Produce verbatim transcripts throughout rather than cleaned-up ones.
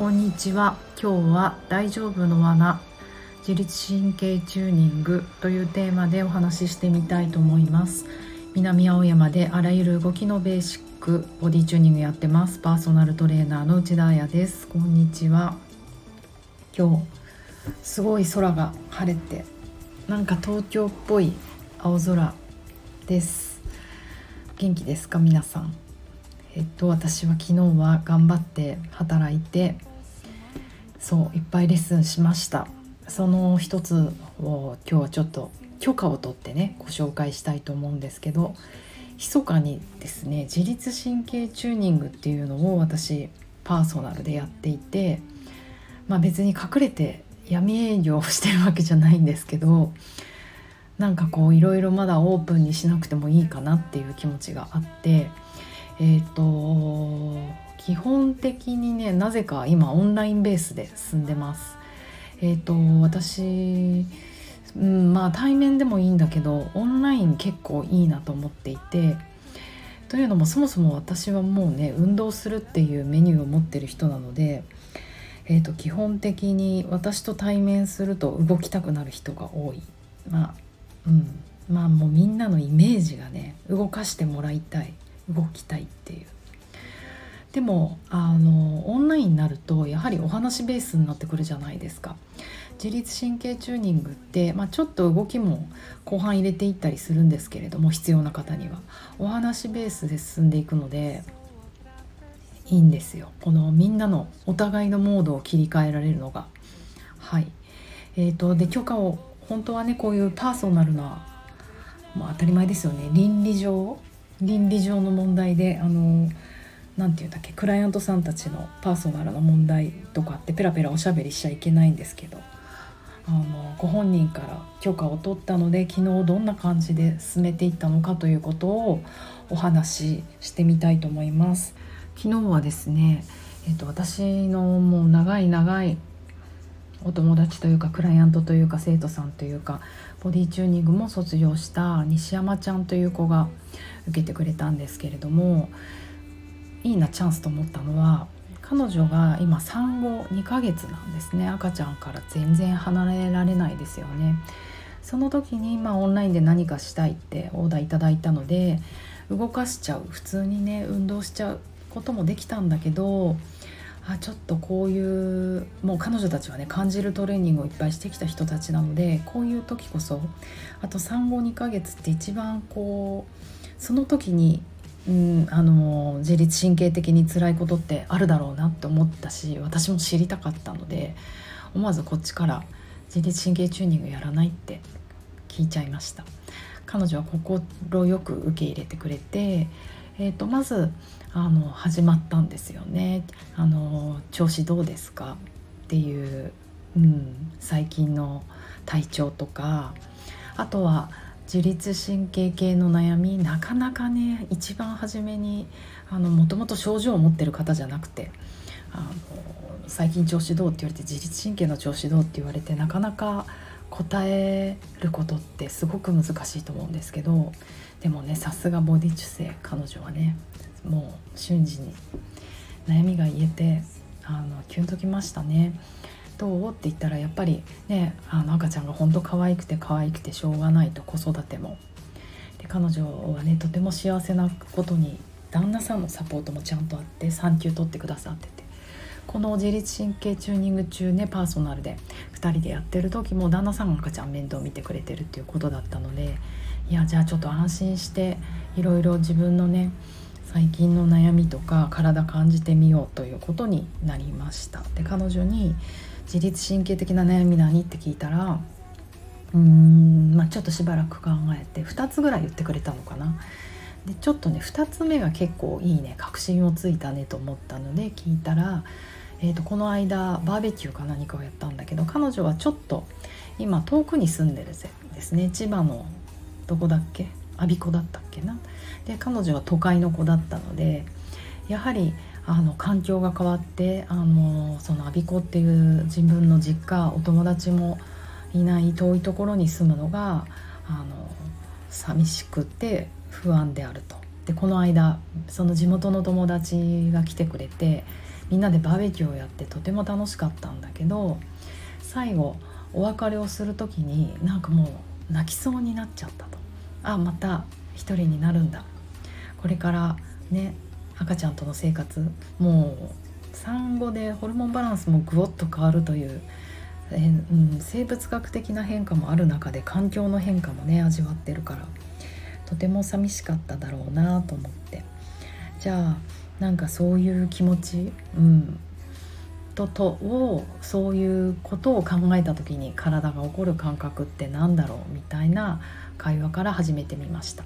こんにちは。今日は大丈夫の罠自律神経チューニングというテーマでお話ししてみたいと思います。南青山であらゆる動きのベーシックボディチューニングやってますパーソナルトレーナーの内田彩です。こんにちは。今日すごい空が晴れて、なんか東京っぽい青空です。元気ですか皆さん。えっと私は昨日は頑張って働いて、そういっぱいレッスンしました。その一つを今日はちょっと許可を取ってねご紹介したいと思うんですけど、密かにですね自律神経チューニングっていうのを私パーソナルでやっていて、まあ別に隠れて闇営業をしてるわけじゃないんですけど、なんかこういろいろまだオープンにしなくてもいいかなっていう気持ちがあって、えっと基本的にねなぜか今オンラインベースで進んでます。えっと私、うん、まあ対面でもいいんだけどオンライン結構いいなと思っていて、というのもそもそも私はもうね運動するっていうメニューを持ってる人なので、えっと基本的に私と対面すると動きたくなる人が多い。まあうんまあもうみんなのイメージがね動かしてもらいたい、動きたいっていう。でもあのオンラインになるとやはりお話ベースになってくるじゃないですか。自律神経チューニングって、まあ、ちょっと動きも後半入れていったりするんですけれども、必要な方にはお話ベースで進んでいくのでいいんですよ。このみんなのお互いのモードを切り替えられるのが、はいえーとで許可を本当はねこういうパーソナルな、まあ、当たり前ですよね。倫理上倫理上の問題であのなんていうんだっけ、クライアントさんたちのパーソナルな問題とかってペラペラおしゃべりしちゃいけないんですけど、あのご本人から許可を取ったので、昨日どんな感じで進めていったのかということをお話ししてみたいと思います。昨日はですね、えっと、私のもう長い長いお友達というかクライアントというか生徒さんというかボディチューニングも卒業した西山ちゃんという子が受けてくれたんですけれども、いいなチャンスと思ったのは、彼女が今産後にかげつなんですね。赤ちゃんから全然離れられないですよね。その時に、まあ、オンラインで何かしたいってオーダーいただいたので動かしちゃう、普通にね運動しちゃうこともできたんだけど、あちょっとこういうもう彼女たちはね感じるトレーニングをいっぱいしてきた人たちなので、こういう時こそ、あと産後にかげつって一番こうその時にうん、あの自律神経的に辛いことってあるだろうなって思ったし、私も知りたかったので思わずこっちから自律神経チューニングやらないって聞いちゃいました。彼女は心よく受け入れてくれて、えー、とまずあの始まったんですよね。あの調子どうですかっていう、うん、最近の体調とか、あとは自律神経系の悩み、なかなかね一番初めにあのもともと症状を持ってる方じゃなくて、あの最近調子どうって言われて自律神経の調子どうって言われてなかなか答えることってすごく難しいと思うんですけど、でもねさすがボディチュ性、彼女はねもう瞬時に悩みが言えて、あのキュンときましたね。どうって言ったらやっぱりねあの赤ちゃんが本当可愛くて可愛くてしょうがないと、子育てもで彼女はねとても幸せなことに旦那さんのサポートもちゃんとあって産休取ってくださってて、この自律神経チューニング中ねパーソナルでふたりでやってる時も旦那さんが赤ちゃん面倒見てくれてるっていうことだったので、いやじゃあちょっと安心していろいろ自分のね最近の悩みとか体感じてみようということになりました。で彼女に自律神経的な悩み何って聞いたら、うーん、まあ、ちょっとしばらく考えてふたつぐらい言ってくれたのかな。でちょっとねふたつめが結構いいね、確信をついたねと思ったので聞いたら、えーと、この間バーベキューか何かをやったんだけど、彼女はちょっと今遠くに住んでるですね。千葉のどこだっけ、我孫子だったっけな。で彼女は都会の子だったので、やはりあの環境が変わって、あのその我孫子っていう自分の実家、お友達もいない遠いところに住むのがあの寂しくて不安であると。でこの間その地元の友達が来てくれて、 みんなでバーベキューをやってとても楽しかったんだけど、最後お別れをする時になんかもう泣きそうになっちゃったと。あ、また一人になるんだ、これからね赤ちゃんとの生活、もう産後でホルモンバランスもぐおっと変わるという、えーうん、生物学的な変化もある中で環境の変化もね味わってるから、とても寂しかっただろうなと思って、じゃあなんかそういう気持ち、うん、ととをそういうことを考えた時に体が起こる感覚ってなんだろうみたいな会話から始めてみました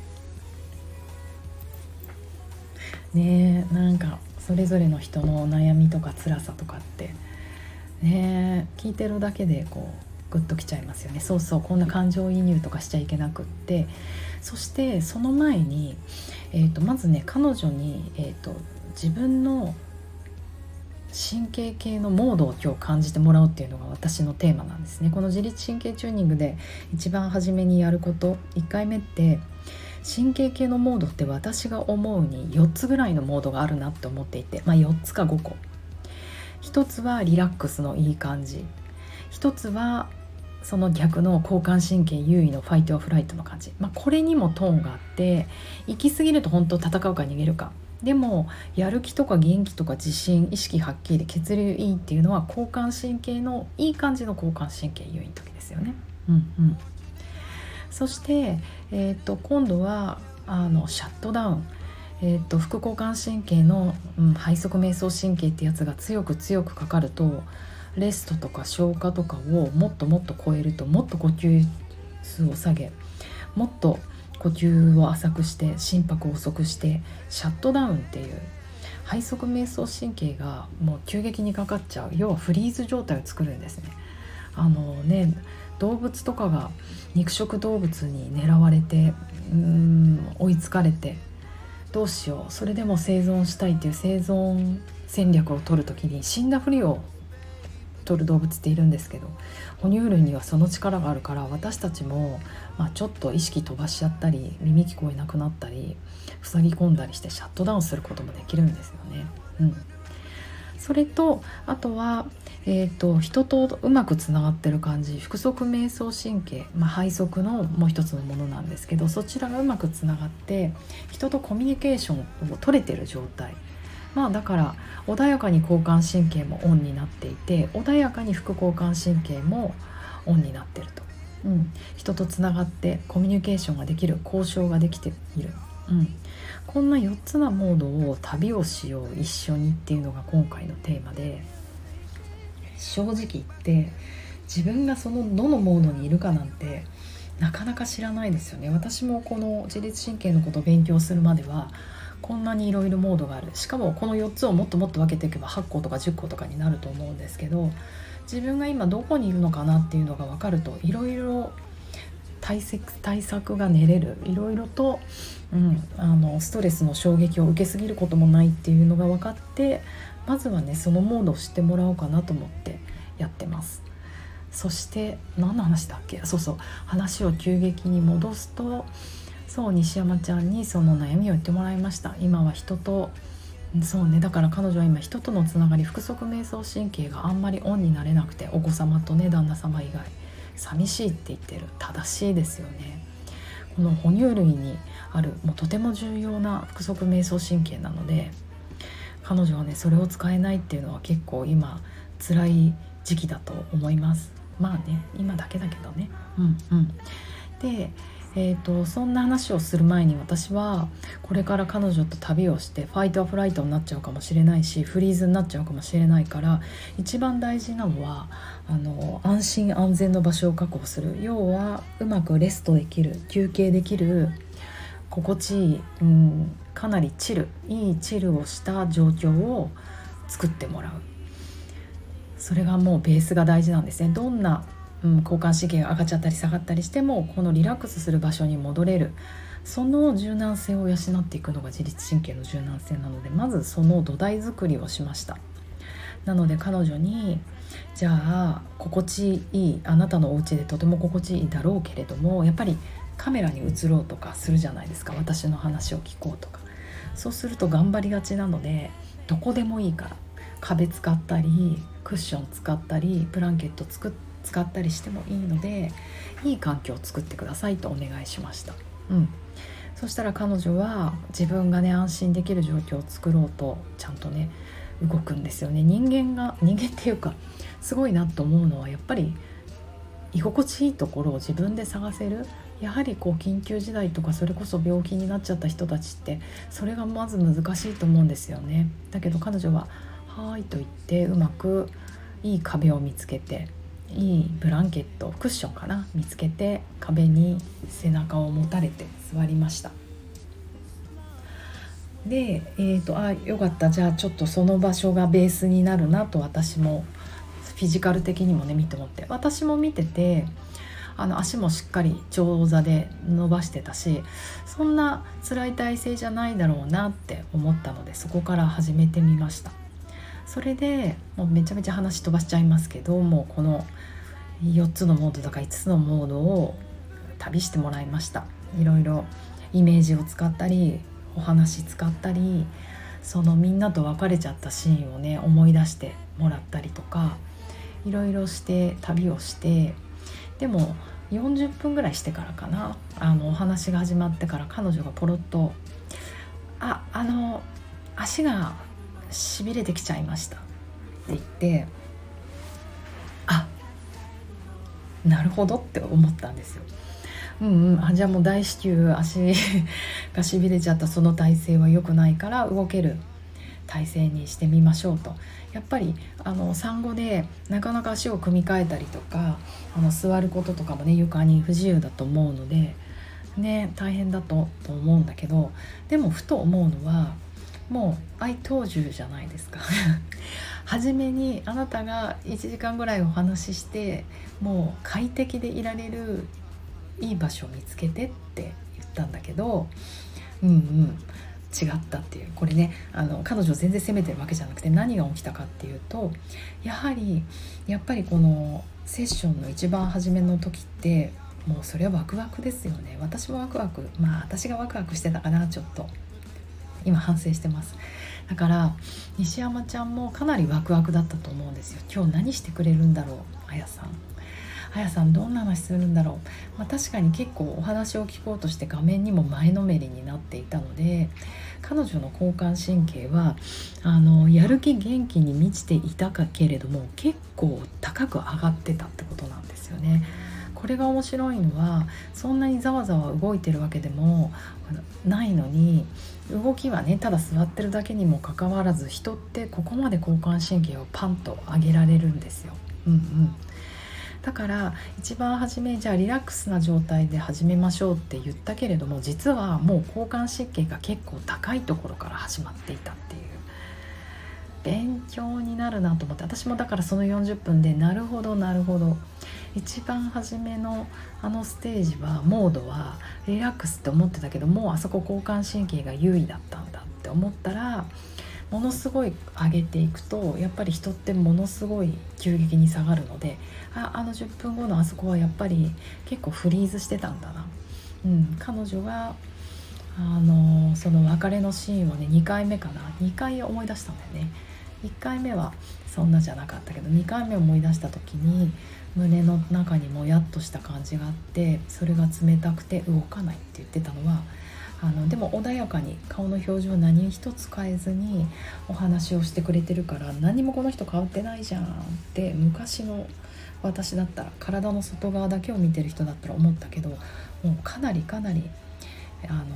ね。えなんかそれぞれの人の悩みとか辛さとかってね聞いてるだけでこうグッときちゃいますよね。そうそう、こんな感情移入とかしちゃいけなくって、そしてその前に、えーとまずね彼女に、えーと自分の神経系のモードを今日感じてもらうっていうのが私のテーマなんですね。この自律神経チューニングで一番初めにやること、いっかいめって神経系のモードって私が思うによっつぐらいのモードがあるなって思っていて、まあよっつかごこ。ひとつはリラックスのいい感じ、ひとつはその逆の交感神経優位のファイトアフライトの感じ、まあ、これにもトーンがあって、行き過ぎると本当戦うか逃げるか、でもやる気とか元気とか自信、意識はっきり、血流いいっていうのは交感神経のいい感じの交感神経優位の時ですよね。うんうん。そして、えー、と今度はあのシャットダウン、えー、と副交感神経の、うん、背側瞑想神経ってやつが強く強くかかると、レストとか消化とかをもっともっと超えると、もっと呼吸数を下げ、もっと呼吸を浅くして心拍を遅くしてシャットダウンっていう背側瞑想神経がもう急激にかかっちゃう、要はフリーズ状態を作るんですね。あのね動物とかが肉食動物に狙われてうーん追いつかれて、どうしよう、それでも生存したいっていう生存戦略を取るときに死んだふりを取る動物っているんですけど、哺乳類にはその力があるから、私たちも、まあ、ちょっと意識飛ばしちゃったり耳聞こえなくなったり塞ぎ込んだりしてシャットダウンすることもできるんですよね。うん、それとあとは、えーと、人とうまくつながってる感じ、腹側瞑想神経、まあ、背側のもう一つのものなんですけど、そちらがうまくつながって人とコミュニケーションを取れてる状態、まあだから穏やかに交感神経もオンになっていて、穏やかに副交感神経もオンになっていると、うん、人とつながってコミュニケーションができる、交渉ができている、うん、こんなよっつのモードを旅をしよう一緒にっていうのが今回のテーマで、正直言って自分がそのどのモードにいるかなんてなかなか知らないですよね。私もこの自律神経のことを勉強するまではこんなにいろいろモードがある、しかもこのよっつをもっともっと分けていけばはちことかじゅっことかになると思うんですけど、自分が今どこにいるのかなっていうのが分かるといろいろ対策、対策が練れる、いろいろと、うん、あのストレスの衝撃を受けすぎることもないっていうのが分かって、まずはねそのモードを知ってもらおうかなと思ってやってます。そして何の話だっけ、そうそう、話を急激に戻すと、そう西山ちゃんにその悩みを言ってもらいました。今は人と、そうね、だから彼女は今人とのつながり、腹側瞑想神経があんまりオンになれなくて、お子様とね旦那様以外寂しいって言ってる。正しいですよね。この哺乳類にあるもうとても重要な腹側瞑想神経なので、彼女はねそれを使えないっていうのは結構今辛い時期だと思います。まあね今だけだけどね。うんうん。でえーと、そんな話をする前に、私はこれから彼女と旅をしてファイトアフライトになっちゃうかもしれないし、フリーズになっちゃうかもしれないから、一番大事なのはあの安心安全の場所を確保する、要はうまくレストできる、休憩できる、心地いい、うん、かなりチルいいチルをした状況を作ってもらう。それがもうベースが大事なんですね。どんなうん、交感神経が上がっちゃったり下がったりしても、このリラックスする場所に戻れる、その柔軟性を養っていくのが自律神経の柔軟性なので、まずその土台作りをしました。なので彼女に、じゃあ心地いい、あなたのお家でとても心地いいだろうけれども、やっぱりカメラに映ろうとかするじゃないですか、私の話を聞こうとか。そうすると頑張りがちなので、どこでもいいから壁使ったりクッション使ったりブランケットつく使ったりしてもいいので、いい環境を作ってくださいとお願いしました。うん、そしたら彼女は自分がね安心できる状況を作ろうとちゃんとね動くんですよね。人間が人間っていうかすごいなと思うのは、やっぱり居心地いいところを自分で探せる。やはりこう緊急事態とかそれこそ病気になっちゃった人たちってそれがまず難しいと思うんですよね。だけど彼女ははーいと言ってうまくいい壁を見つけて、いいブランケットクッションかな見つけて、壁に背中を持たれて座りました。で、えーと、あよかった、じゃあちょっとその場所がベースになるなと私もフィジカル的にもね見て思って、私も見ててあの足もしっかり長座で伸ばしてたし、そんな辛い体勢じゃないだろうなって思ったので、そこから始めてみました。それでもうめちゃめちゃ話飛ばしちゃいますけども、このよっつのモードとかいつつのモードを旅してもらいました。いろいろイメージを使ったりお話使ったり、そのみんなと別れちゃったシーンをね思い出してもらったりとか、いろいろして旅をして、でもよんじゅっぷんぐらいしてからかな、あのお話が始まってから彼女がポロッとああの足がしびれてきちゃいましたって言って、あなるほどって思ったんですよ。うんうん、あじゃあもう大至急足がしびれちゃった、その体勢は良くないから動ける体勢にしてみましょうと。やっぱりあの産後でなかなか足を組み替えたりとか、あの座ることとかもね床に不自由だと思うのでね大変だと、と思うんだけど、でもふと思うのは、もう I told you じゃないですか初めにあなたがいちじかんぐらいお話しして、もう快適でいられるいい場所を見つけてって言ったんだけど、うんうん違ったっていう。これねあの彼女を全然責めてるわけじゃなくて、何が起きたかっていうと、やはりやっぱりこのセッションの一番初めの時ってもうそれはワクワクですよね。私もワクワク、まあ私がワクワクしてたかな、ちょっと今反省してます。だから西山ちゃんもかなりワクワクだったと思うんですよ。今日何してくれるんだろう、あやさんあやさんどんな話するんだろう、まあ、確かに結構お話を聞こうとして画面にも前のめりになっていたので、彼女の交感神経はあのやる気元気に満ちていたかけれども結構高く上がってたってことなんですよね。これが面白いのは、そんなにざわざわ動いてるわけでもないのに、動きはねただ座ってるだけにもかかわらず、人ってここまで交感神経をパンと上げられるんですよ。うんうんだから一番初めじゃあリラックスな状態で始めましょうって言ったけれども、実はもう交感神経が結構高いところから始まっていたっていう、勉強になるなと思って、私もだからそのよんじゅっぷんでなるほどなるほど、一番初めのあのステージはモードはリラックスって思ってたけど、もうあそこ交感神経が優位だったんだって思ったら、ものすごい上げていくとやっぱり人ってものすごい急激に下がるので、ああのじゅっぷんごのあそこはやっぱり結構フリーズしてたんだな、うん、彼女はあのその別れのシーンをねにかいめかなにかい思い出したんだよね。いっかいめはそんなじゃなかったけど、にかいめ思い出した時に胸の中にもやっとした感じがあって、それが冷たくて動かないって言ってたのは、あのでも穏やかに顔の表情何一つ変えずにお話をしてくれてるから、何もこの人変わってないじゃんって昔の私だったら、体の外側だけを見てる人だったら思ったけど、もうかなりかなりあの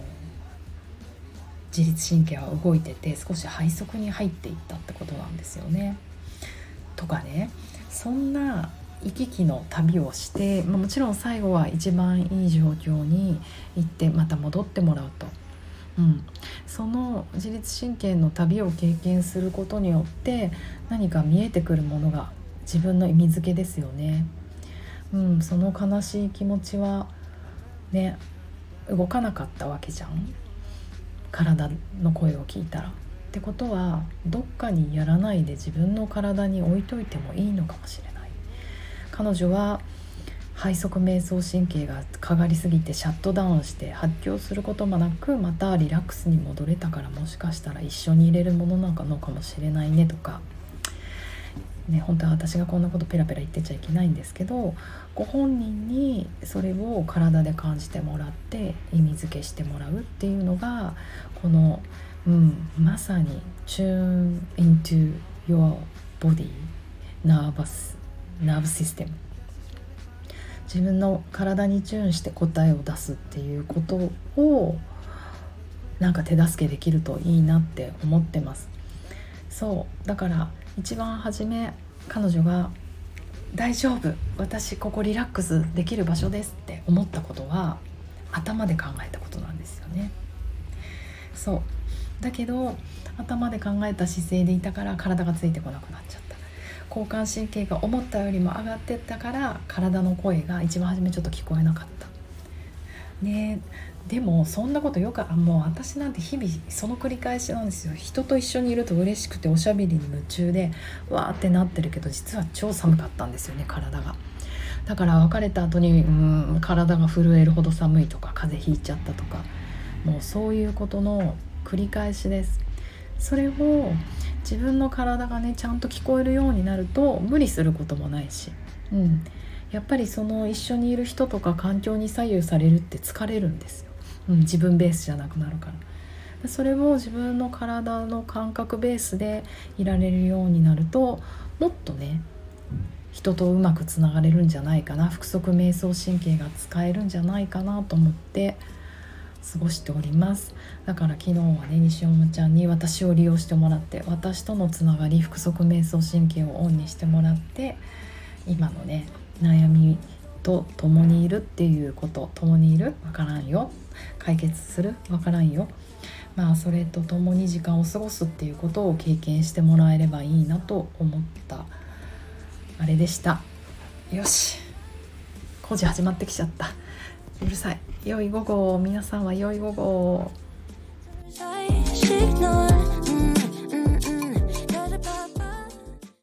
自律神経は動いてて、少し背側に入っていったってことなんですよね。とかね、そんな行き来の旅をして、まあ、もちろん最後は一番いい状況に行ってまた戻ってもらうと、うん、その自律神経の旅を経験することによって何か見えてくるものが自分の意味付けですよね。うん、その悲しい気持ちはね動かなかったわけじゃん、体の声を聞いたら。ってことはどっかにやらないで自分の体に置いといてもいいのかもしれない。彼女は背側瞑想神経がかかりすぎてシャットダウンして発狂することもなく、またリラックスに戻れたから、もしかしたら一緒に入れるものなのかもしれないねとかね、本当は私がこんなことペラペラ言ってちゃいけないんですけど、ご本人にそれを体で感じてもらって意味付けしてもらうっていうのが、この、うん、まさに Tune into your body nervous nerve system、 自分の体にチューンして答えを出すっていうことをなんか手助けできるといいなって思ってます。そうだから一番初め彼女が大丈夫、私ここリラックスできる場所ですって思ったことは頭で考えたことなんですよね。そうだけど頭で考えた姿勢でいたから体がついてこなくなっちゃった。交感神経が思ったよりも上がってったから体の声が一番初めちょっと聞こえなかったね。でもそんなことよく、あもう私なんて日々その繰り返しなんですよ。人と一緒にいると嬉しくておしゃべりに夢中でわーってなってるけど、実は超寒かったんですよね、体が。だから別れた後にうーん体が震えるほど寒いとか、風邪ひいちゃったとか、もうそういうことの繰り返しです。それを自分の体がねちゃんと聞こえるようになると無理することもないし、うんやっぱりその一緒にいる人とか環境に左右されるって疲れるんですよ、うん、自分ベースじゃなくなるから。それを自分の体の感覚ベースでいられるようになると、もっとね人とうまくつながれるんじゃないかな、腹側瞑想神経が使えるんじゃないかなと思って過ごしております。だから昨日はね西尾ちゃんに私を利用してもらって、私とのつながり腹側瞑想神経をオンにしてもらって、今のね悩みと共にいるっていうこと、共にいるわからんよ、解決するわからんよ、まあそれと共に時間を過ごすっていうことを経験してもらえればいいなと思ったあれでした。よし、工事始まってきちゃった。うるさい。良い午後、皆さんは良い午後。